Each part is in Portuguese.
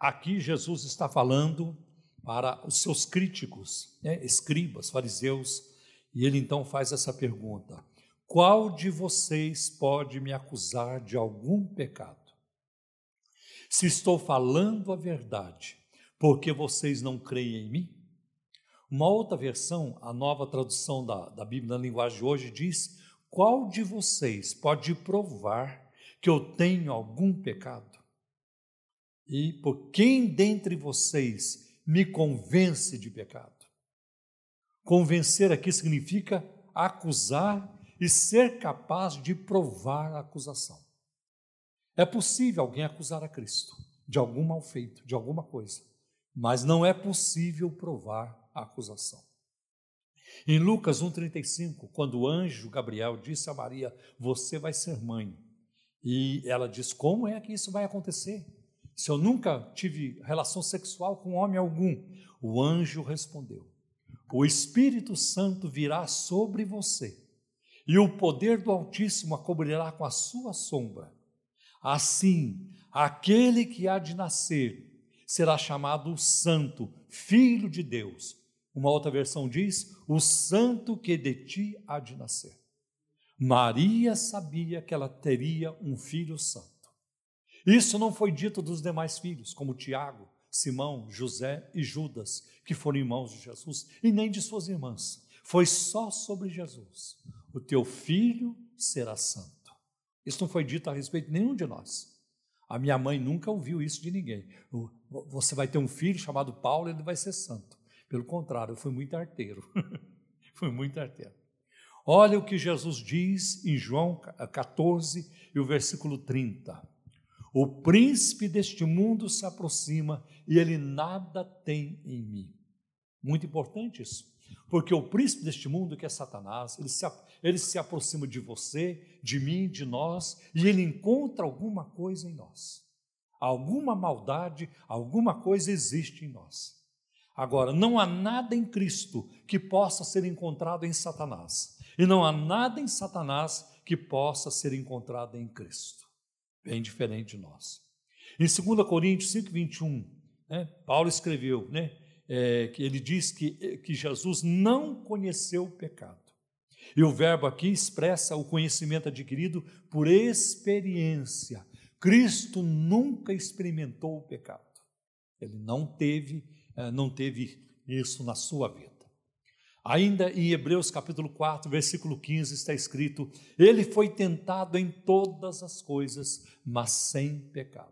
Aqui Jesus está falando para os seus críticos, escribas, fariseus, e ele então faz essa pergunta: qual de vocês pode me acusar de algum pecado? Se estou falando a verdade, porque vocês não creem em mim? Uma outra versão, a nova tradução da Bíblia na linguagem de hoje, diz: qual de vocês pode provar que eu tenho algum pecado? E por quem dentre vocês me convence de pecado? Convencer aqui significa acusar e ser capaz de provar a acusação. É possível alguém acusar a Cristo de algum mal feito, de alguma coisa, mas não é possível provar a acusação. Em Lucas 1,35, quando o anjo Gabriel disse a Maria: você vai ser mãe, e ela diz: como é que isso vai acontecer? Se eu nunca tive relação sexual com homem algum. O anjo respondeu: o Espírito Santo virá sobre você, e o poder do Altíssimo a cobrirá com a sua sombra. Assim, aquele que há de nascer será chamado Santo, Filho de Deus. Uma outra versão diz: o santo que de ti há de nascer. Maria sabia que ela teria um filho santo. Isso não foi dito dos demais filhos, como Tiago, Simão, José e Judas, que foram irmãos de Jesus, e nem de suas irmãs. Foi só sobre Jesus: o teu filho será santo. Isso não foi dito a respeito de nenhum de nós. A minha mãe nunca ouviu isso de ninguém. Você vai ter um filho chamado Paulo, ele vai ser santo. Pelo contrário, eu fui muito arteiro. Fui muito arteiro. Olha o que Jesus diz em João 14 e o versículo 30. O príncipe deste mundo se aproxima e ele nada tem em mim. Muito importante isso, porque o príncipe deste mundo, que é Satanás, ele se aproxima de você, de mim, de nós, e ele encontra alguma coisa em nós. Alguma maldade, alguma coisa existe em nós. Agora, não há nada em Cristo que possa ser encontrado em Satanás, e não há nada em Satanás que possa ser encontrado em Cristo. Bem diferente de nós. Em 2 Coríntios 5,21, Paulo escreveu, que ele diz que Jesus não conheceu o pecado. E o verbo aqui expressa o conhecimento adquirido por experiência. Cristo nunca experimentou o pecado. Ele não teve isso na sua vida. Ainda em Hebreus capítulo 4, versículo 15, está escrito: ele foi tentado em todas as coisas, mas sem pecado.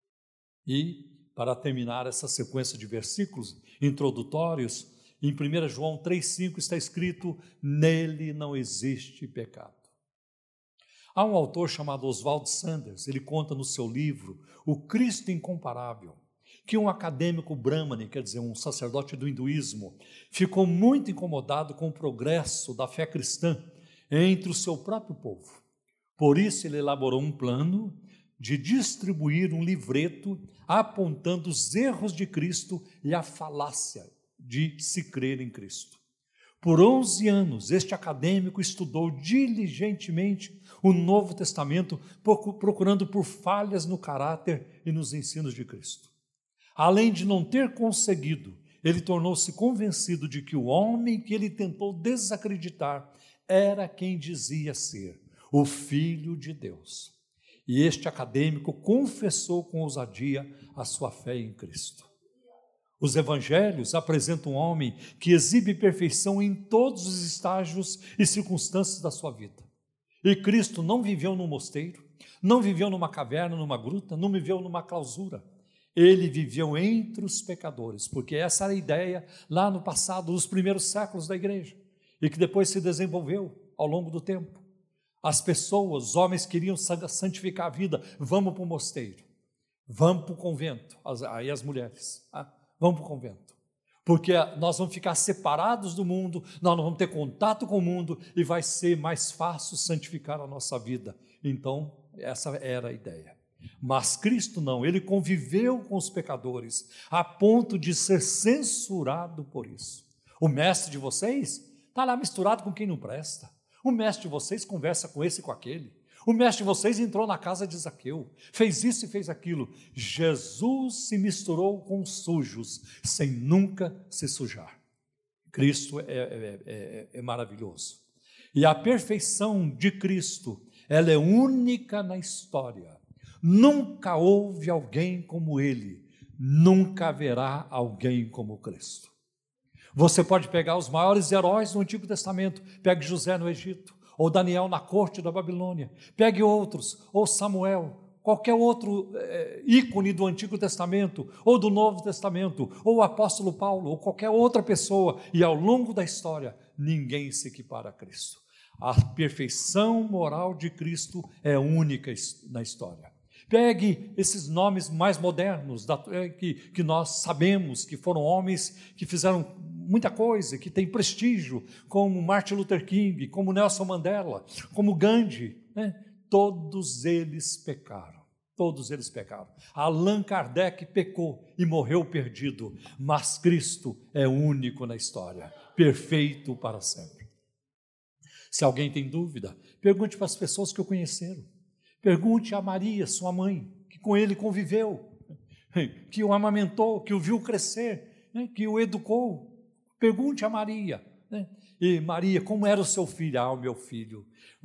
E, para terminar essa sequência de versículos introdutórios, em 1 João 3,5 está escrito: nele não existe pecado. Há um autor chamado Oswald Sanders, ele conta no seu livro O Cristo Incomparável, que um acadêmico brahmane, quer dizer, um sacerdote do hinduísmo, ficou muito incomodado com o progresso da fé cristã entre o seu próprio povo. Por isso ele elaborou um plano de distribuir um livreto apontando os erros de Cristo e a falácia de se crer em Cristo. Por 11 anos, este acadêmico estudou diligentemente o Novo Testamento, procurando por falhas no caráter e nos ensinos de Cristo. Além de não ter conseguido, ele tornou-se convencido de que o homem que ele tentou desacreditar era quem dizia ser o Filho de Deus. E este acadêmico confessou com ousadia a sua fé em Cristo. Os evangelhos apresentam um homem que exibe perfeição em todos os estágios e circunstâncias da sua vida. E Cristo não viveu num mosteiro, não viveu numa caverna, numa gruta, não viveu numa clausura. Ele viveu entre os pecadores, porque essa era a ideia lá no passado, nos primeiros séculos da igreja, e que depois se desenvolveu ao longo do tempo. As pessoas, os homens queriam santificar a vida, vamos para o mosteiro, vamos para o convento, aí as mulheres, vamos para o convento, porque nós vamos ficar separados do mundo, nós não vamos ter contato com o mundo e vai ser mais fácil santificar a nossa vida. Então, essa era a ideia. Mas Cristo não, ele conviveu com os pecadores a ponto de ser censurado por isso. O mestre de vocês está lá misturado com quem não presta. O mestre de vocês conversa com esse e com aquele. O mestre de vocês entrou na casa de Zaqueu, fez isso e fez aquilo. Jesus se misturou com os sujos, sem nunca se sujar. Cristo é maravilhoso. E a perfeição de Cristo, ela é única na história. Nunca houve alguém como Ele, nunca haverá alguém como Cristo. Você pode pegar os maiores heróis do Antigo Testamento, pegue José no Egito, ou Daniel na corte da Babilônia, pegue outros, ou Samuel, qualquer outro ícone do Antigo Testamento, ou do Novo Testamento, ou o apóstolo Paulo, ou qualquer outra pessoa, e ao longo da história, ninguém se equipara a Cristo. A perfeição moral de Cristo é única na história. Pegue esses nomes mais modernos, que nós sabemos que foram homens que fizeram muita coisa, que tem prestígio, como Martin Luther King, como Nelson Mandela, como Gandhi, né? Todos eles pecaram, todos eles pecaram. Allan Kardec pecou e morreu perdido, mas Cristo é único na história, perfeito para sempre. Se alguém tem dúvida, pergunte para as pessoas que o conheceram. Pergunte a Maria, sua mãe, que com ele conviveu, que o amamentou, que o viu crescer, né, que o educou. Pergunte a Maria, né? E Maria, como era o seu filho? O meu filho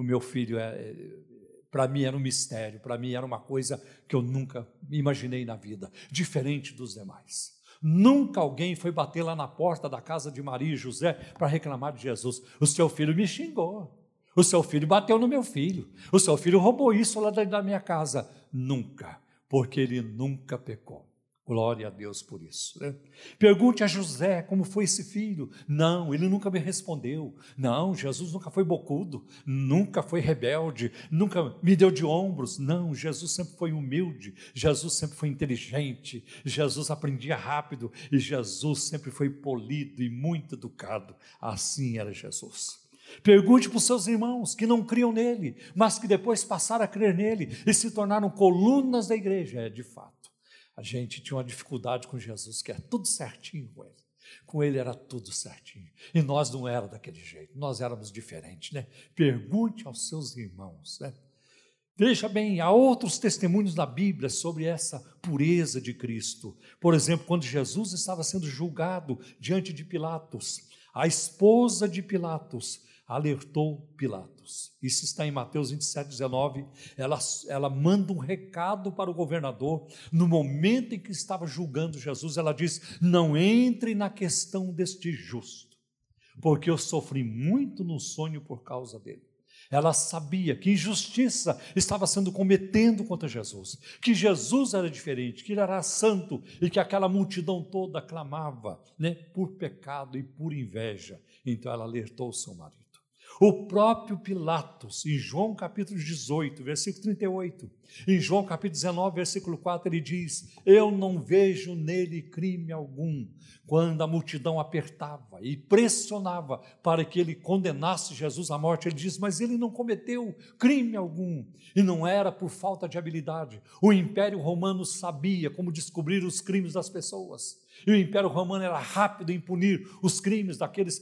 para mim era um mistério, para mim era uma coisa que eu nunca imaginei na vida, diferente dos demais. Nunca alguém foi bater lá na porta da casa de Maria e José para reclamar de Jesus. O seu filho me xingou, o seu filho bateu no meu filho, o seu filho roubou isso lá da minha casa. Nunca, porque ele nunca pecou. Glória a Deus por isso, né? Pergunte a José como foi esse filho. Não, ele nunca me respondeu. Não, Jesus nunca foi bocudo, nunca foi rebelde, nunca me deu de ombros. Não, Jesus sempre foi humilde, Jesus sempre foi inteligente, Jesus aprendia rápido e Jesus sempre foi polido e muito educado. Assim era Jesus. Pergunte para os seus irmãos que não criam nele, mas que depois passaram a crer nele e se tornaram colunas da igreja. De fato, a gente tinha uma dificuldade com Jesus, que era tudo certinho com ele. Com ele era tudo certinho. E nós não éramos daquele jeito, nós éramos diferentes, né? Pergunte aos seus irmãos, né? Veja bem, há outros testemunhos na Bíblia sobre essa pureza de Cristo. Por exemplo, quando Jesus estava sendo julgado diante de Pilatos, a esposa de Pilatos alertou Pilatos. Isso está em Mateus 27, 19. Ela manda um recado para o governador. No momento em que estava julgando Jesus, ela diz: não entre na questão deste justo, porque eu sofri muito no sonho por causa dele. Ela sabia que injustiça estava sendo cometendo contra Jesus, que Jesus era diferente, que ele era santo e que aquela multidão toda clamava, né, por pecado e por inveja. Então ela alertou o seu marido. O próprio Pilatos, em João capítulo 18, versículo 38, em João capítulo 19, versículo 4, ele diz: eu não vejo nele crime algum. Quando a multidão apertava e pressionava para que ele condenasse Jesus à morte, ele diz: mas ele não cometeu crime algum, e não era por falta de habilidade. O Império Romano sabia como descobrir os crimes das pessoas, e o Império Romano era rápido em punir os crimes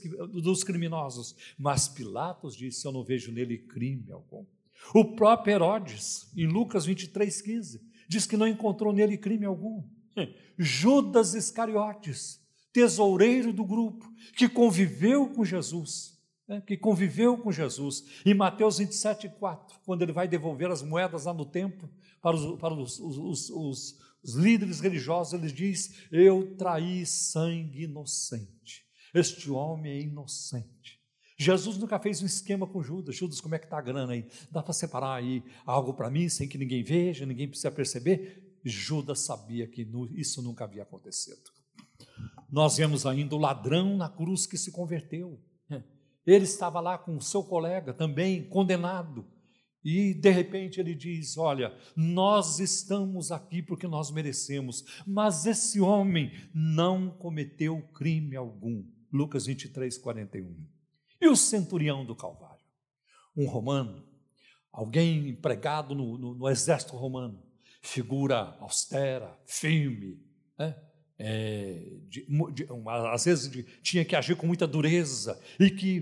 dos criminosos, mas Pilatos disse: eu não vejo nele crime algum. O próprio Herodes, em Lucas 23:15, diz que não encontrou nele crime algum. Judas Iscariotes, tesoureiro do grupo, que conviveu com Jesus, em Mateus 27:4, quando ele vai devolver as moedas lá no templo para os líderes religiosos, ele diz: eu traí sangue inocente, este homem é inocente. Jesus nunca fez um esquema com Judas: Judas, como é que está a grana aí? Dá para separar aí algo para mim, sem que ninguém veja, ninguém precisa perceber? Judas sabia que isso nunca havia acontecido. Nós vemos ainda o ladrão na cruz que se converteu. Ele estava lá com o seu colega também condenado, e de repente ele diz: olha, nós estamos aqui porque nós merecemos, mas esse homem não cometeu crime algum. Lucas 23:41. E o centurião do Calvário, um romano, alguém empregado no exército romano, figura austera, firme, né? Às vezes tinha que agir com muita dureza, e que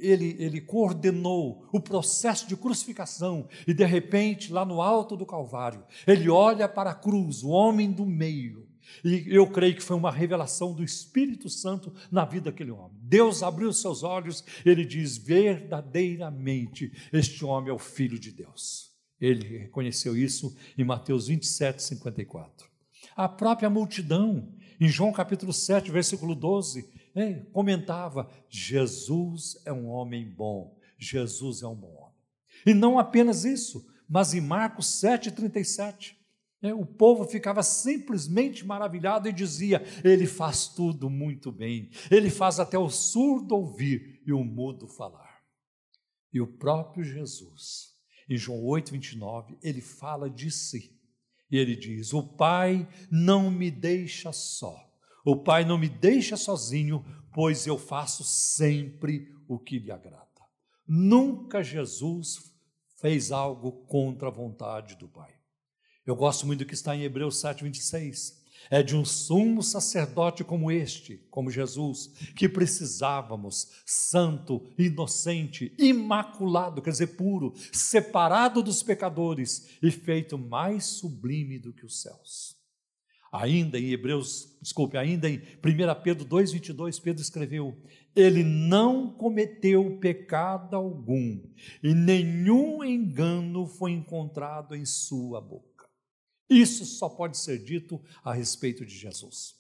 ele coordenou o processo de crucificação e, de repente, lá no alto do Calvário, ele olha para a cruz, o homem do meio, e eu creio que foi uma revelação do Espírito Santo na vida daquele homem. Deus abriu seus olhos, ele diz: verdadeiramente este homem é o Filho de Deus. Ele reconheceu isso em Mateus 27, 54. A própria multidão, em João capítulo 7, versículo 12, comentava: Jesus é um homem bom, Jesus é um bom homem. E não apenas isso, mas em Marcos 7,37, o povo ficava simplesmente maravilhado e dizia: ele faz tudo muito bem, ele faz até o surdo ouvir e o mudo falar. E o próprio Jesus, em João 8,29, ele fala de si, e ele diz: o Pai não me deixa só, o Pai não me deixa sozinho, pois eu faço sempre o que lhe agrada. Nunca Jesus fez algo contra a vontade do Pai. Eu gosto muito do que está em Hebreus 7,26. É de um sumo sacerdote como este, como Jesus, que precisávamos, santo, inocente, imaculado, quer dizer, puro, separado dos pecadores e feito mais sublime do que os céus. Ainda em ainda em 1 Pedro 2,22, Pedro escreveu: ele não cometeu pecado algum e nenhum engano foi encontrado em sua boca. Isso só pode ser dito a respeito de Jesus.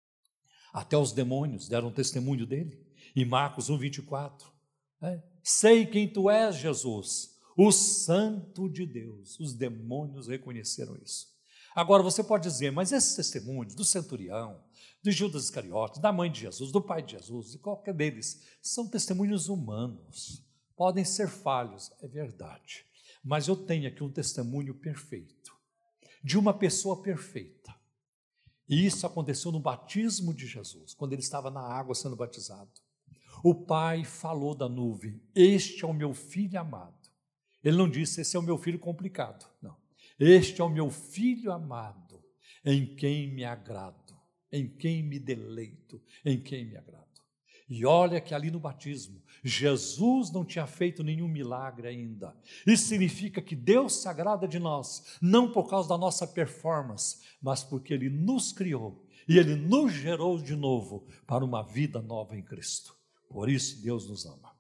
Até os demônios deram testemunho dele, em Marcos 1,24. Sei quem tu és, Jesus, o Santo de Deus. Os demônios reconheceram isso. Agora você pode dizer: mas esses testemunhos do centurião, de Judas Iscariotes, da mãe de Jesus, do pai de Jesus, de qualquer deles, são testemunhos humanos, podem ser falhos, é verdade, mas eu tenho aqui um testemunho perfeito, de uma pessoa perfeita. E isso aconteceu no batismo de Jesus, quando ele estava na água sendo batizado. O Pai falou da nuvem: este é o meu filho amado. Ele não disse: esse é o meu filho complicado, não. Este é o meu filho amado, em quem me agrado, em quem me deleito, em quem me agrado. E olha que ali no batismo, Jesus não tinha feito nenhum milagre ainda. Isso significa que Deus se agrada de nós, não por causa da nossa performance, mas porque Ele nos criou e Ele nos gerou de novo para uma vida nova em Cristo. Por isso Deus nos ama.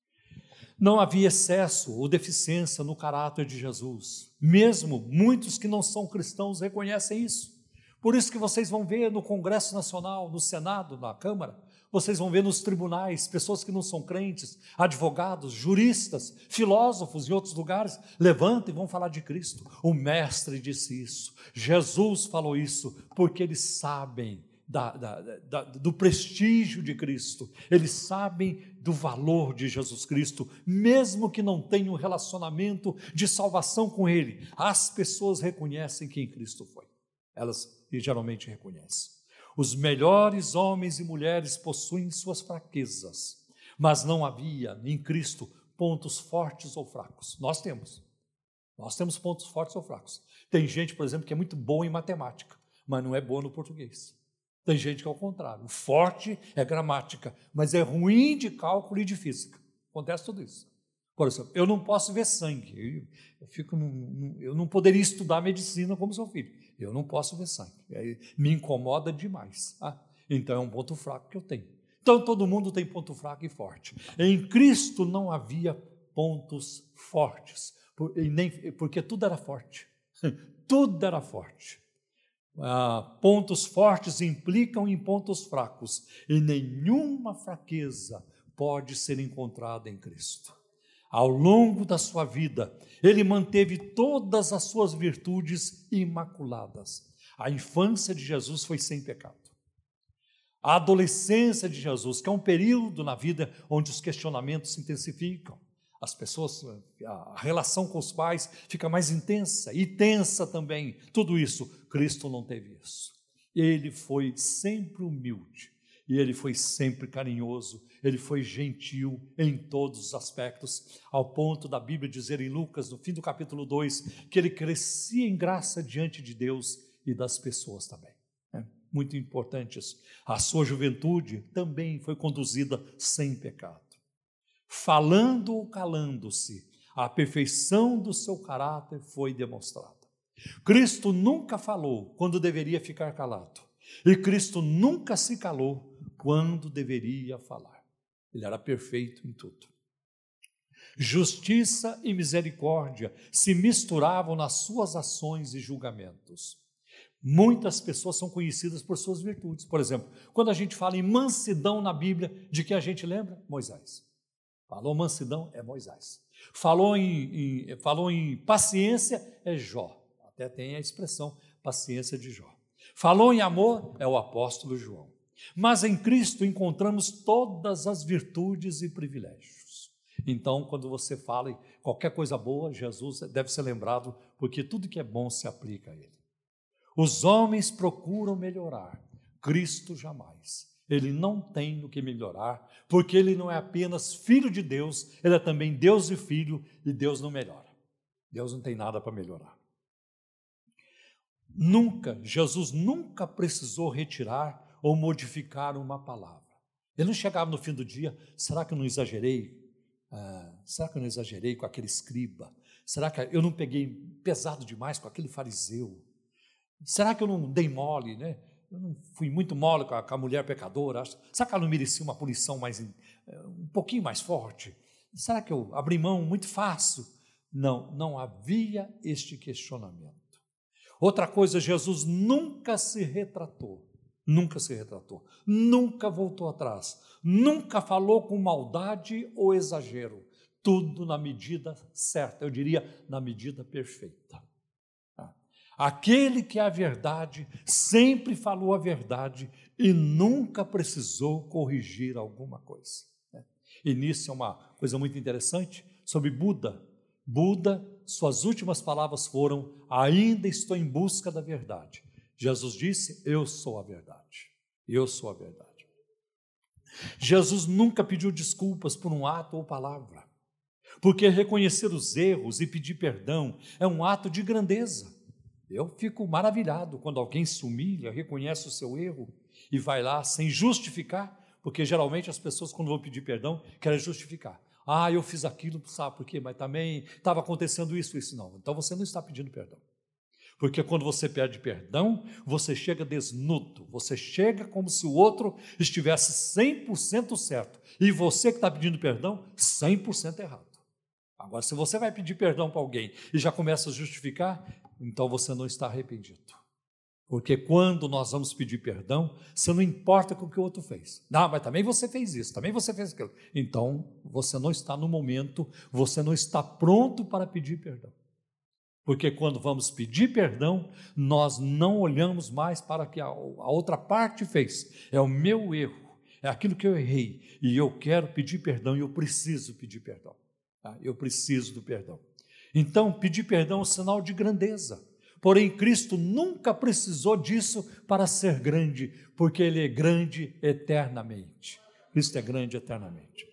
Não havia excesso ou deficiência no caráter de Jesus. Mesmo muitos que não são cristãos reconhecem isso. Por isso que vocês vão ver no Congresso Nacional, no Senado, na Câmara, vocês vão ver nos tribunais, pessoas que não são crentes, advogados, juristas, filósofos em outros lugares, levantam e vão falar de Cristo. O Mestre disse isso, Jesus falou isso, porque eles sabem do prestígio de Cristo, eles sabem do valor de Jesus Cristo, mesmo que não tenham um relacionamento de salvação com Ele, as pessoas reconhecem quem Cristo foi, elas geralmente reconhecem. Os melhores homens e mulheres possuem suas fraquezas, mas não havia em Cristo pontos fortes ou fracos. Nós temos pontos fortes ou fracos. Tem gente, por exemplo, que é muito boa em matemática, mas não é boa no português. Tem gente que é ao contrário, forte é gramática, mas é ruim de cálculo e de física. Acontece tudo isso. Por exemplo, eu não posso ver sangue, eu não poderia estudar medicina como seu filho, eu não posso ver sangue, me incomoda demais. Então é um ponto fraco que eu tenho. Então todo mundo tem ponto fraco e forte. Em Cristo não havia pontos fortes, porque tudo era forte, tudo era forte. Pontos fortes implicam em pontos fracos, e nenhuma fraqueza pode ser encontrada em Cristo. Ao longo da sua vida, ele manteve todas as suas virtudes imaculadas. A infância de Jesus foi sem pecado. A adolescência de Jesus, que é um período na vida onde os questionamentos se intensificam, as pessoas, a relação com os pais fica mais intensa e tensa também, tudo isso. Cristo não teve isso. Ele foi sempre humilde, e ele foi sempre carinhoso, ele foi gentil em todos os aspectos, ao ponto da Bíblia dizer em Lucas, no fim do capítulo 2, que ele crescia em graça diante de Deus e das pessoas também. Muito importante isso. A sua juventude também foi conduzida sem pecado. falando ou calando-se, a perfeição do seu caráter foi demonstrada. Cristo nunca falou quando deveria ficar calado, e Cristo nunca se calou quando deveria falar. Ele era perfeito em tudo. Justiça e misericórdia se misturavam nas suas ações e julgamentos. Muitas pessoas são conhecidas por suas virtudes. Por exemplo, quando a gente fala em mansidão na Bíblia, de quem a gente lembra? Moisés. Falou mansidão, é Moisés. Falou em paciência, é Jó. Até tem a expressão paciência de Jó. Falou em amor, é o apóstolo João. Mas em Cristo encontramos todas as virtudes e privilégios. Então, quando você fala em qualquer coisa boa, Jesus deve ser lembrado, porque tudo que é bom se aplica a ele. Os homens procuram melhorar, Cristo jamais. Ele não tem o que melhorar, porque ele não é apenas filho de Deus, ele é também Deus e filho, e Deus não melhora. Deus não tem nada para melhorar. Jesus nunca precisou retirar ou modificar uma palavra. Ele não chegava no fim do dia, será que eu não exagerei? Será que eu não exagerei com aquele escriba? Será que eu não peguei pesado demais com aquele fariseu? Será que eu não dei mole, né? Eu não fui muito mole com a mulher pecadora? Será que ela não merecia uma punição um pouquinho mais forte? Será que eu abri mão muito fácil? Não havia este questionamento. Outra coisa, Jesus nunca se retratou, nunca voltou atrás, nunca falou com maldade ou exagero, tudo na medida certa, eu diria na medida perfeita. Aquele que é a verdade sempre falou a verdade e nunca precisou corrigir alguma coisa. E nisso é uma coisa muito interessante sobre Buda. Buda, suas últimas palavras foram: ainda estou em busca da verdade. Jesus disse: eu sou a verdade, eu sou a verdade. Jesus nunca pediu desculpas por um ato ou palavra, porque reconhecer os erros e pedir perdão é um ato de grandeza. Eu fico maravilhado quando alguém se humilha, reconhece o seu erro e vai lá sem justificar, porque geralmente as pessoas, quando vão pedir perdão, querem justificar. Eu fiz aquilo, sabe por quê? Mas também estava acontecendo isso. Não. Então você não está pedindo perdão. Porque quando você pede perdão, você chega desnudo, você chega como se o outro estivesse 100% certo, e você que está pedindo perdão, 100% errado. Agora, se você vai pedir perdão para alguém e já começa a justificar, então você não está arrependido. Porque quando nós vamos pedir perdão, você não importa com o que o outro fez. Mas também você fez isso, também você fez aquilo. Então, você não está no momento, você não está pronto para pedir perdão. Porque quando vamos pedir perdão, nós não olhamos mais para o que a outra parte fez. É o meu erro, é aquilo que eu errei, e eu quero pedir perdão, e eu preciso pedir perdão. Eu preciso do perdão. Então, pedir perdão é um sinal de grandeza. Porém, Cristo nunca precisou disso para ser grande, porque Ele é grande eternamente. Cristo é grande eternamente.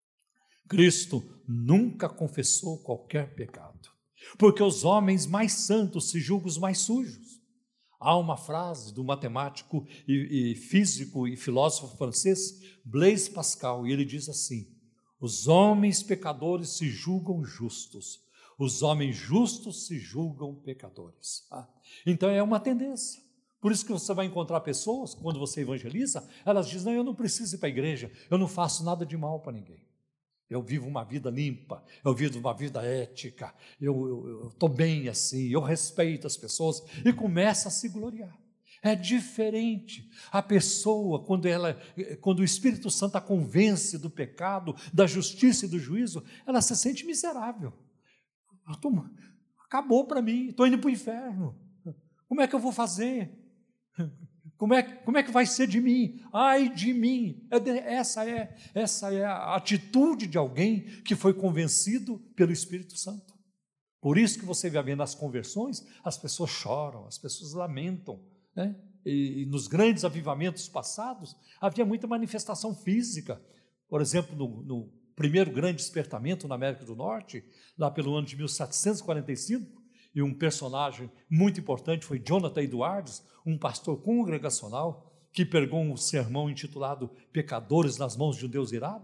Cristo nunca confessou qualquer pecado, porque os homens mais santos se julgam os mais sujos. Há uma frase do matemático e físico e filósofo francês, Blaise Pascal, e ele diz assim: os homens pecadores se julgam justos, os homens justos se julgam pecadores. Então é uma tendência. Por isso que você vai encontrar pessoas, quando você evangeliza, elas dizem: eu não preciso ir para a igreja, eu não faço nada de mal para ninguém. Eu vivo uma vida limpa, eu vivo uma vida ética, eu estou bem assim, eu respeito as pessoas, e começa a se gloriar. É diferente. A pessoa, quando o Espírito Santo a convence do pecado, da justiça e do juízo, ela se sente miserável. Acabou para mim, estou indo para o inferno. Como é que eu vou fazer? Como é que vai ser de mim? Ai de mim! Essa é a atitude de alguém que foi convencido pelo Espírito Santo. Por isso que você vai ver nas conversões, as pessoas choram, as pessoas lamentam, né? E nos grandes avivamentos passados, havia muita manifestação física. Por exemplo, no primeiro grande despertamento na América do Norte, lá pelo ano de 1745, e um personagem muito importante foi Jonathan Edwards, um pastor congregacional que pregou um sermão intitulado Pecadores nas mãos de um Deus irado.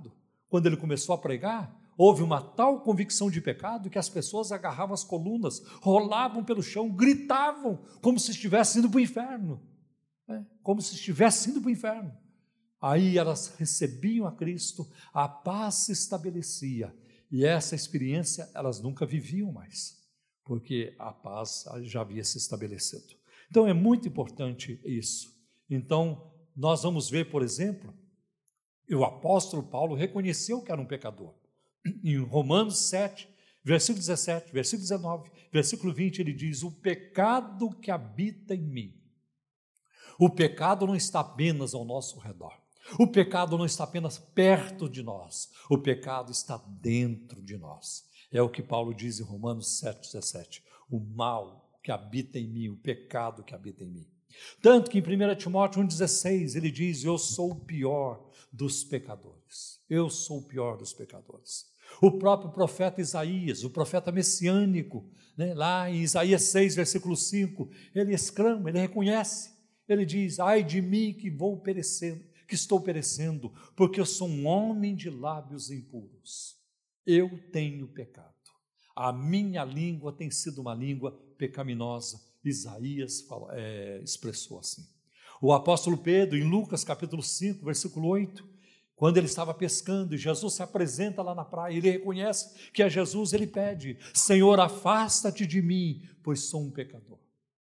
quando ele começou a pregar, houve uma tal convicção de pecado que as pessoas agarravam as colunas, rolavam pelo chão, gritavam, como se estivessem indo para o inferno. Como se estivessem indo para o inferno. Aí elas recebiam a Cristo, a paz se estabelecia, e essa experiência elas nunca viviam mais, porque a paz já havia se estabelecido. Então é muito importante isso. Então nós vamos ver, por exemplo, o apóstolo Paulo reconheceu que era um pecador. Em Romanos 7, versículo 17, versículo 19, versículo 20, ele diz: o pecado que habita em mim. O pecado não está apenas ao nosso redor. O pecado não está apenas perto de nós. O pecado está dentro de nós. É o que Paulo diz em Romanos 7, 17. O mal que habita em mim, o pecado que habita em mim. Tanto que em 1 Timóteo 1,16 ele diz: eu sou o pior dos pecadores. Eu sou o pior dos pecadores. O próprio profeta Isaías, o profeta messiânico, lá em Isaías 6, versículo 5, ele exclama, ele reconhece, ele diz: ai de mim que vou perecendo, que estou perecendo, porque eu sou um homem de lábios impuros. Eu tenho pecado. A minha língua tem sido uma língua pecaminosa. Isaías expressou assim. O apóstolo Pedro, em Lucas capítulo 5, versículo 8, quando ele estava pescando e Jesus se apresenta lá na praia, ele reconhece que é Jesus, ele pede: Senhor, afasta-te de mim, pois sou um pecador.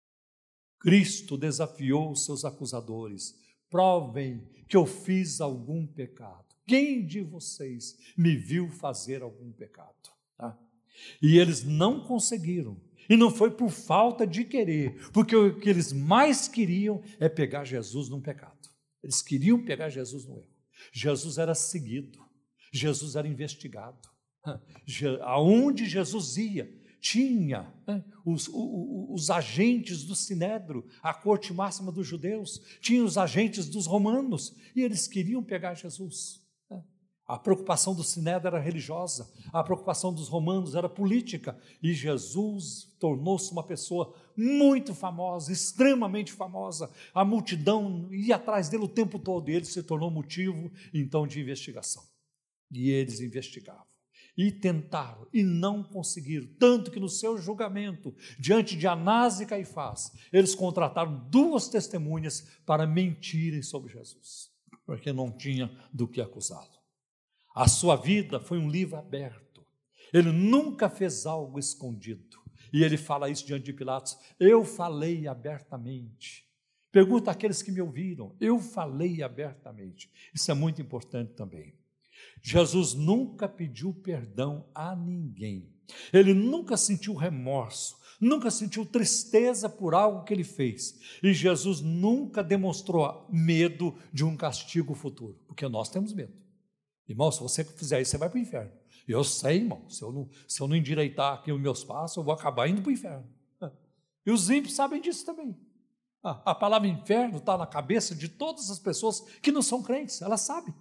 Cristo desafiou os seus acusadores: provem que eu fiz algum pecado. Quem de vocês me viu fazer algum pecado? E eles não conseguiram, e não foi por falta de querer, porque o que eles mais queriam é pegar Jesus num pecado. Eles queriam pegar Jesus no erro. Jesus era seguido, Jesus era investigado. Aonde Jesus ia, tinha os agentes do Sinédrio, a corte máxima dos judeus, tinha os agentes dos romanos, e eles queriam pegar Jesus. A preocupação do Sinédrio era religiosa, a preocupação dos romanos era política, e Jesus tornou-se uma pessoa muito famosa, extremamente famosa. A multidão ia atrás dele o tempo todo, e ele se tornou motivo, então, de investigação. E eles investigavam, e tentaram, e não conseguiram, tanto que no seu julgamento, diante de Anás e Caifás, eles contrataram 2 testemunhas para mentirem sobre Jesus, porque não tinha do que acusá-lo. A sua vida foi um livro aberto, ele nunca fez algo escondido, e ele fala isso diante de Pilatos: eu falei abertamente. Pergunta àqueles que me ouviram: eu falei abertamente. Isso é muito importante também. Jesus nunca pediu perdão a ninguém, ele nunca sentiu remorso, nunca sentiu tristeza por algo que ele fez, e Jesus nunca demonstrou medo de um castigo futuro, porque nós temos medo. Irmão, se você fizer isso, você vai para o inferno. Eu sei, irmão, se eu não endireitar aqui os meus passos, eu vou acabar indo para o inferno. E os ímpios sabem disso também. A palavra inferno está na cabeça de todas as pessoas que não são crentes, elas sabem.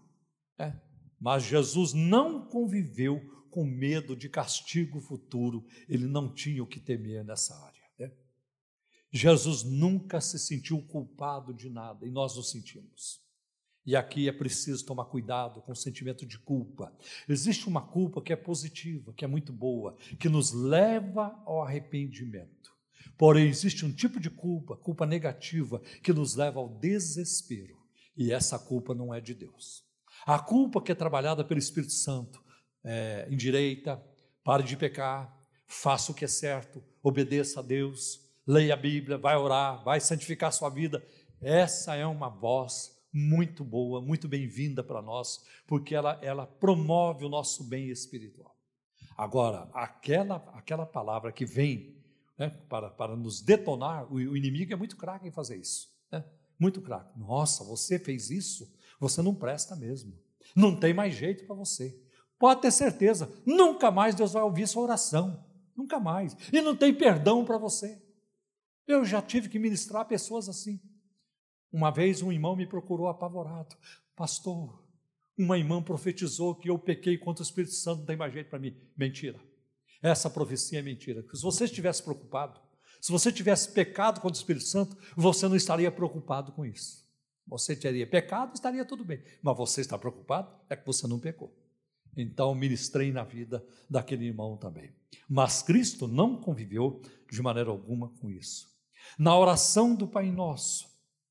Mas Jesus não conviveu com medo de castigo futuro, ele não tinha o que temer nessa área. Jesus nunca se sentiu culpado de nada, e nós nos sentimos. E aqui é preciso tomar cuidado com o sentimento de culpa. Existe uma culpa que é positiva, que é muito boa, que nos leva ao arrependimento. Porém, existe um tipo de culpa negativa, que nos leva ao desespero. E essa culpa não é de Deus. A culpa que é trabalhada pelo Espírito Santo, endireita, pare de pecar, faça o que é certo, obedeça a Deus, leia a Bíblia, vai orar, vai santificar a sua vida. Essa é uma voz muito boa, muito bem-vinda para nós, porque ela promove o nosso bem espiritual. Agora, aquela palavra que vem para nos detonar, o inimigo é muito craque em fazer isso, muito craque. Nossa, você fez isso? Você não presta mesmo, não tem mais jeito para você. Pode ter certeza, nunca mais Deus vai ouvir sua oração, nunca mais, e não tem perdão para você. Eu já tive que ministrar pessoas assim. Uma vez um irmão me procurou apavorado: pastor, uma irmã profetizou que eu pequei contra o Espírito Santo, não tem mais jeito para mim. Mentira, essa profecia é mentira. Se você estivesse preocupado, se você tivesse pecado contra o Espírito Santo, você não estaria preocupado com isso. Você teria pecado, estaria tudo bem, mas você está preocupado, é que você não pecou. Então ministrei na vida daquele irmão também. Mas Cristo não conviveu de maneira alguma com isso. Na oração do Pai Nosso,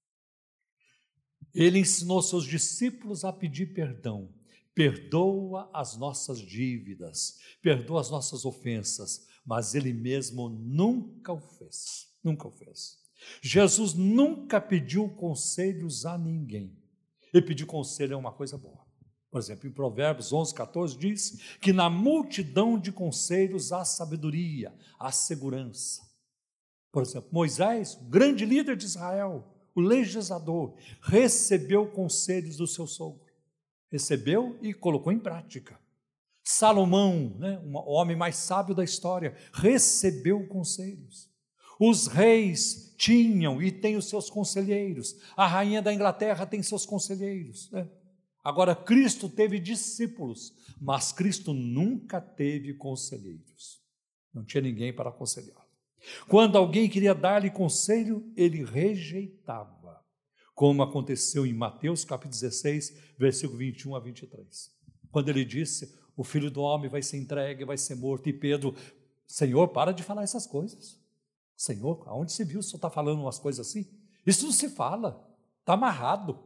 ele ensinou seus discípulos a pedir perdão. Perdoa as nossas dívidas, perdoa as nossas ofensas, mas ele mesmo nunca o fez, nunca o fez. Jesus nunca pediu conselhos a ninguém. Ele pedir conselho é uma coisa boa. Por exemplo, em Provérbios 11, 14 diz que na multidão de conselhos há sabedoria, há segurança. Por exemplo, Moisés, o grande líder de Israel, o legislador, recebeu conselhos do seu sogro. Recebeu e colocou em prática. Salomão, o homem mais sábio da história, recebeu conselhos. Os reis tinham e têm os seus conselheiros. A rainha da Inglaterra tem seus conselheiros. Agora, Cristo teve discípulos, mas Cristo nunca teve conselheiros. Não tinha ninguém para aconselhá-lo. Quando alguém queria dar-lhe conselho, ele rejeitava, como aconteceu em Mateus capítulo 16, versículo 21 a 23. Quando ele disse, o Filho do Homem vai ser entregue, vai ser morto, e Pedro, Senhor, para de falar essas coisas. Senhor, aonde se viu o senhor está falando umas coisas assim? Isso não se fala, está amarrado.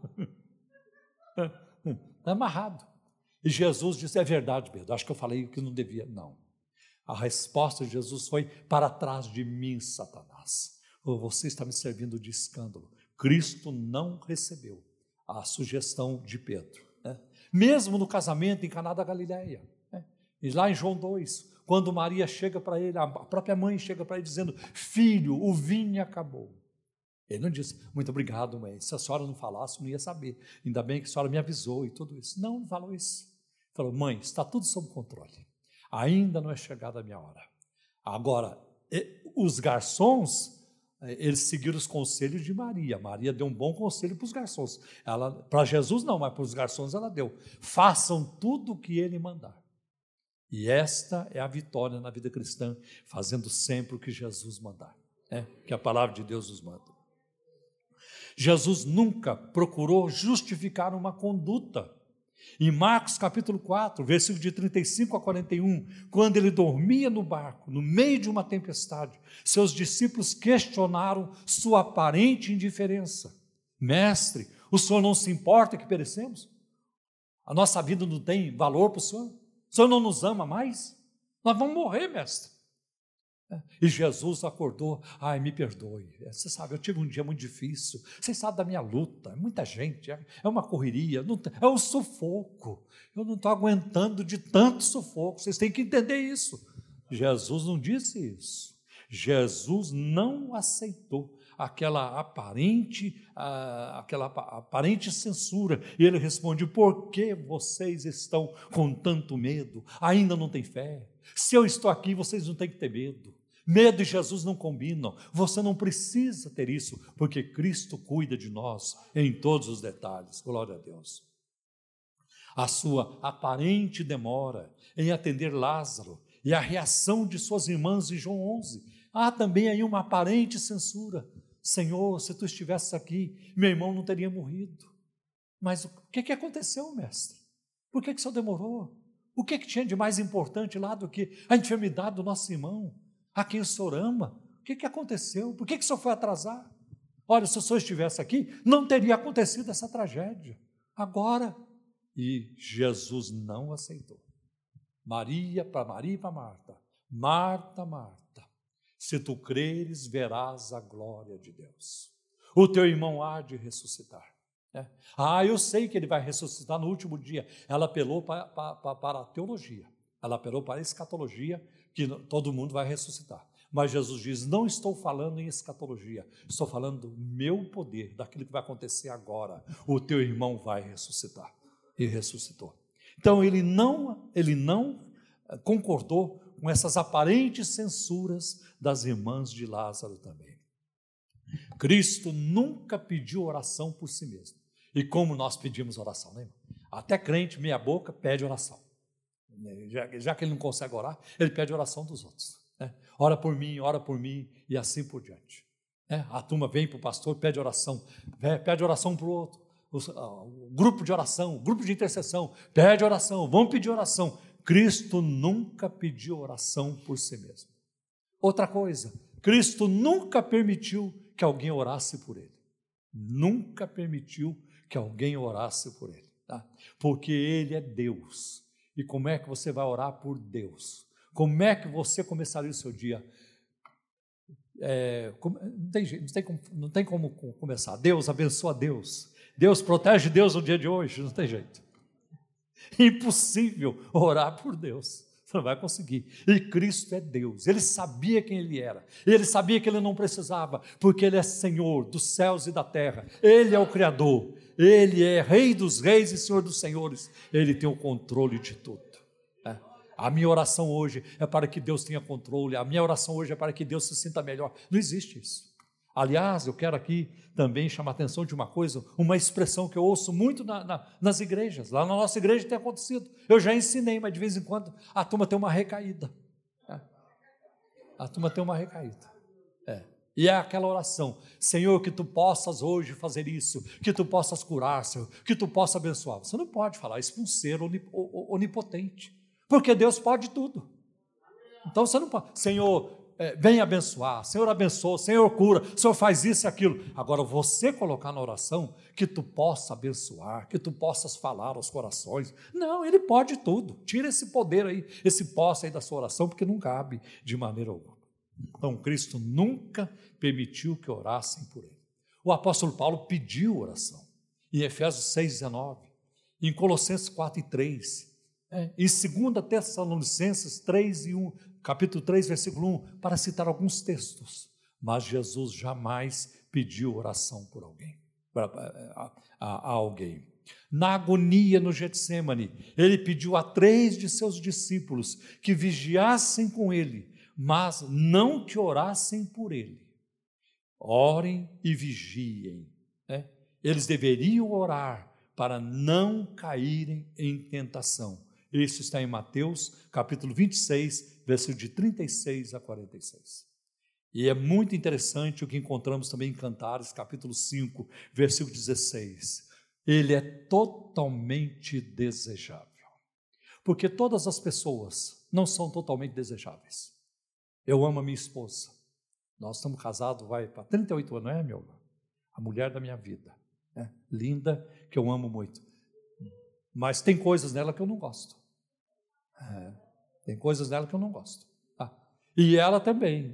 Está amarrado. E Jesus disse, é verdade, Pedro, acho que eu falei o que não devia. Não. A resposta de Jesus foi, para trás de mim, Satanás. Você está me servindo de escândalo. Cristo não recebeu a sugestão de Pedro. Mesmo no casamento em Caná da Galileia. E lá em João 2, quando Maria chega para ele, a própria mãe chega para ele dizendo, filho, o vinho acabou. Ele não disse, muito obrigado, mãe, se a senhora não falasse, eu não ia saber, ainda bem que a senhora me avisou e tudo isso. Não, não falou isso. Ele falou, mãe, está tudo sob controle, ainda não é chegada a minha hora. Agora, os garçons, eles seguiram os conselhos de Maria. Maria deu um bom conselho para os garçons. Para Jesus não, mas para os garçons ela deu. Façam tudo o que ele mandar. E esta é a vitória na vida cristã, fazendo sempre o que Jesus mandar, que a palavra de Deus nos manda. Jesus nunca procurou justificar uma conduta. Em Marcos capítulo 4, versículo de 35 a 41, quando ele dormia no barco, no meio de uma tempestade, seus discípulos questionaram sua aparente indiferença. Mestre, o senhor não se importa que perecemos? A nossa vida não tem valor para o senhor? O senhor não nos ama mais? Nós vamos morrer, mestre. E Jesus acordou, me perdoe, você sabe, eu tive um dia muito difícil, vocês sabem da minha luta, é muita gente, é uma correria, é um sufoco, eu não estou aguentando de tanto sufoco, vocês têm que entender isso. Jesus não disse isso, Jesus não aceitou aquela aparente censura, e ele responde, por que vocês estão com tanto medo, ainda não têm fé? Se eu estou aqui, vocês não têm que ter medo. Medo e Jesus não combinam, você não precisa ter isso, porque Cristo cuida de nós em todos os detalhes, glória a Deus. A sua aparente demora em atender Lázaro e a reação de suas irmãs em João 11, há também aí uma aparente censura, Senhor, se tu estivesse aqui, meu irmão não teria morrido. Mas o que aconteceu, mestre? Por que o senhor demorou? O que tinha de mais importante lá do que a enfermidade do nosso irmão, a quem o senhor ama? O que aconteceu? Por que o senhor foi atrasar? Olha, se o senhor estivesse aqui, não teria acontecido essa tragédia. Agora, e Jesus não aceitou. Maria e para Marta, Marta, Marta, se tu creres, verás a glória de Deus. O teu irmão há de ressuscitar. Eu sei que ele vai ressuscitar no último dia. Ela apelou para a teologia, ela apelou para a escatologia, que todo mundo vai ressuscitar. Mas Jesus diz, não estou falando em escatologia, estou falando do meu poder, daquilo que vai acontecer agora. O teu irmão vai ressuscitar. E ressuscitou. Então ele não concordou com essas aparentes censuras das irmãs de Lázaro também. Cristo nunca pediu oração por si mesmo. E como nós pedimos oração, né? Até crente, meia boca, pede oração. Já que ele não consegue orar, ele pede oração dos outros. Ora por mim, e assim por diante. A turma vem para o pastor, pede oração para o outro. o grupo de oração, o grupo de intercessão, pede oração, vamos pedir oração. Cristo nunca pediu oração por si mesmo. Outra coisa, Cristo nunca permitiu que alguém orasse por ele. Nunca permitiu que alguém orasse por ele, tá? Porque ele é Deus. E como é que você vai orar por Deus? Como é que você começaria o seu dia? Não tem como começar. Deus abençoa Deus. Deus protege Deus no dia de hoje. Não tem jeito. Impossível orar por Deus. Você não vai conseguir. E Cristo é Deus. Ele sabia quem Ele era. Ele sabia que Ele não precisava, porque Ele é Senhor dos céus e da terra. Ele é o Criador. Ele é Rei dos reis e Senhor dos senhores. Ele tem o controle de tudo. A minha oração hoje é para que Deus tenha controle. A minha oração hoje é para que Deus se sinta melhor. Não existe isso. Aliás, eu quero aqui também chamar a atenção de uma coisa, uma expressão que eu ouço muito nas igrejas. Lá na nossa igreja tem acontecido. Eu já ensinei, mas de vez em quando a turma tem uma recaída. A turma tem uma recaída. E é aquela oração: Senhor, que Tu possas hoje fazer isso, que Tu possas curar, Senhor, que Tu possas abençoar. Você não pode falar isso para um ser onipotente, porque Deus pode tudo. Então você não pode, Senhor, vem abençoar, Senhor abençoa, Senhor cura, Senhor faz isso e aquilo. Agora você colocar na oração que Tu possa abençoar, que Tu possas falar aos corações. Não, Ele pode tudo. Tira esse poder aí, esse posse aí da sua oração, porque não cabe de maneira alguma. Então Cristo nunca permitiu que orassem por Ele. O apóstolo Paulo pediu oração em Efésios 6,19, em Colossenses 4,3, em 2 Tessalonicenses 3,1, capítulo 3, versículo 1, para citar alguns textos. Mas Jesus jamais pediu oração por alguém, a alguém. Na agonia no Getsemane, Ele pediu a 3 de seus discípulos que vigiassem com Ele, mas não que orassem por Ele. Orem e vigiem. Eles deveriam orar para não caírem em tentação. Isso está em Mateus, capítulo 26, versículo de 36 a 46. E é muito interessante o que encontramos também em Cantares, capítulo 5, versículo 16. Ele é totalmente desejável. Porque todas as pessoas não são totalmente desejáveis. Eu amo a minha esposa. Nós estamos casados, vai para 38 anos, não é, meu? A mulher da minha vida. Linda, que eu amo muito. Mas tem coisas nela que eu não gosto. Tem coisas nela que eu não gosto. E ela também.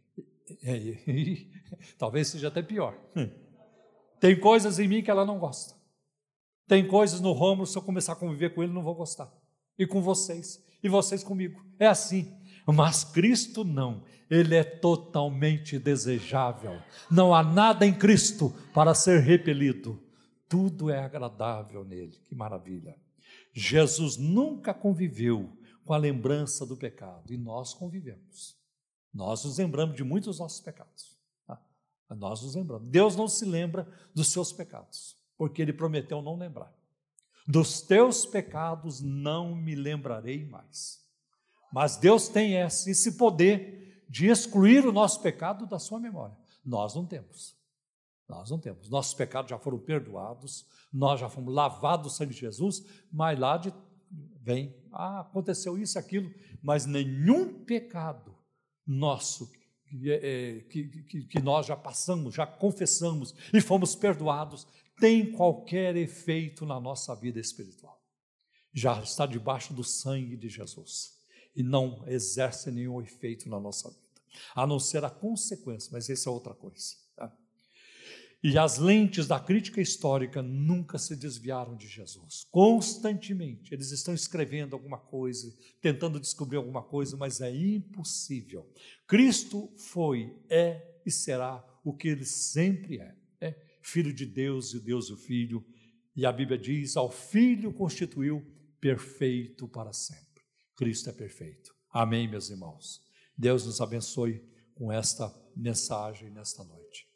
Talvez seja até pior. Tem coisas em mim que ela não gosta. Tem coisas no Rômulo, se eu começar a conviver com ele, não vou gostar. E com vocês. E vocês comigo. É assim. Mas Cristo não. Ele é totalmente desejável. Não há nada em Cristo para ser repelido. Tudo é agradável nele. Que maravilha. Jesus nunca conviveu com a lembrança do pecado. E nós convivemos. Nós nos lembramos de muitos dos nossos pecados. Nós nos lembramos. Deus não se lembra dos seus pecados, porque Ele prometeu não lembrar. Dos teus pecados não me lembrarei mais. Mas Deus tem esse poder de excluir o nosso pecado da sua memória. Nós não temos. Nós não temos. Nossos pecados já foram perdoados, nós já fomos lavados do sangue de Jesus, mas lá vem, aconteceu isso e aquilo, mas nenhum pecado nosso que nós já passamos, já confessamos e fomos perdoados, tem qualquer efeito na nossa vida espiritual. Já está debaixo do sangue de Jesus e não exerce nenhum efeito na nossa vida, a não ser a consequência, mas isso é outra coisa. E as lentes da crítica histórica nunca se desviaram de Jesus. Constantemente, eles estão escrevendo alguma coisa, tentando descobrir alguma coisa, mas é impossível. Cristo foi, é e será o que Ele sempre é. Filho de Deus e Deus o Filho. E a Bíblia diz, ao Filho constituiu perfeito para sempre. Cristo é perfeito. Amém, meus irmãos. Deus nos abençoe com esta mensagem nesta noite.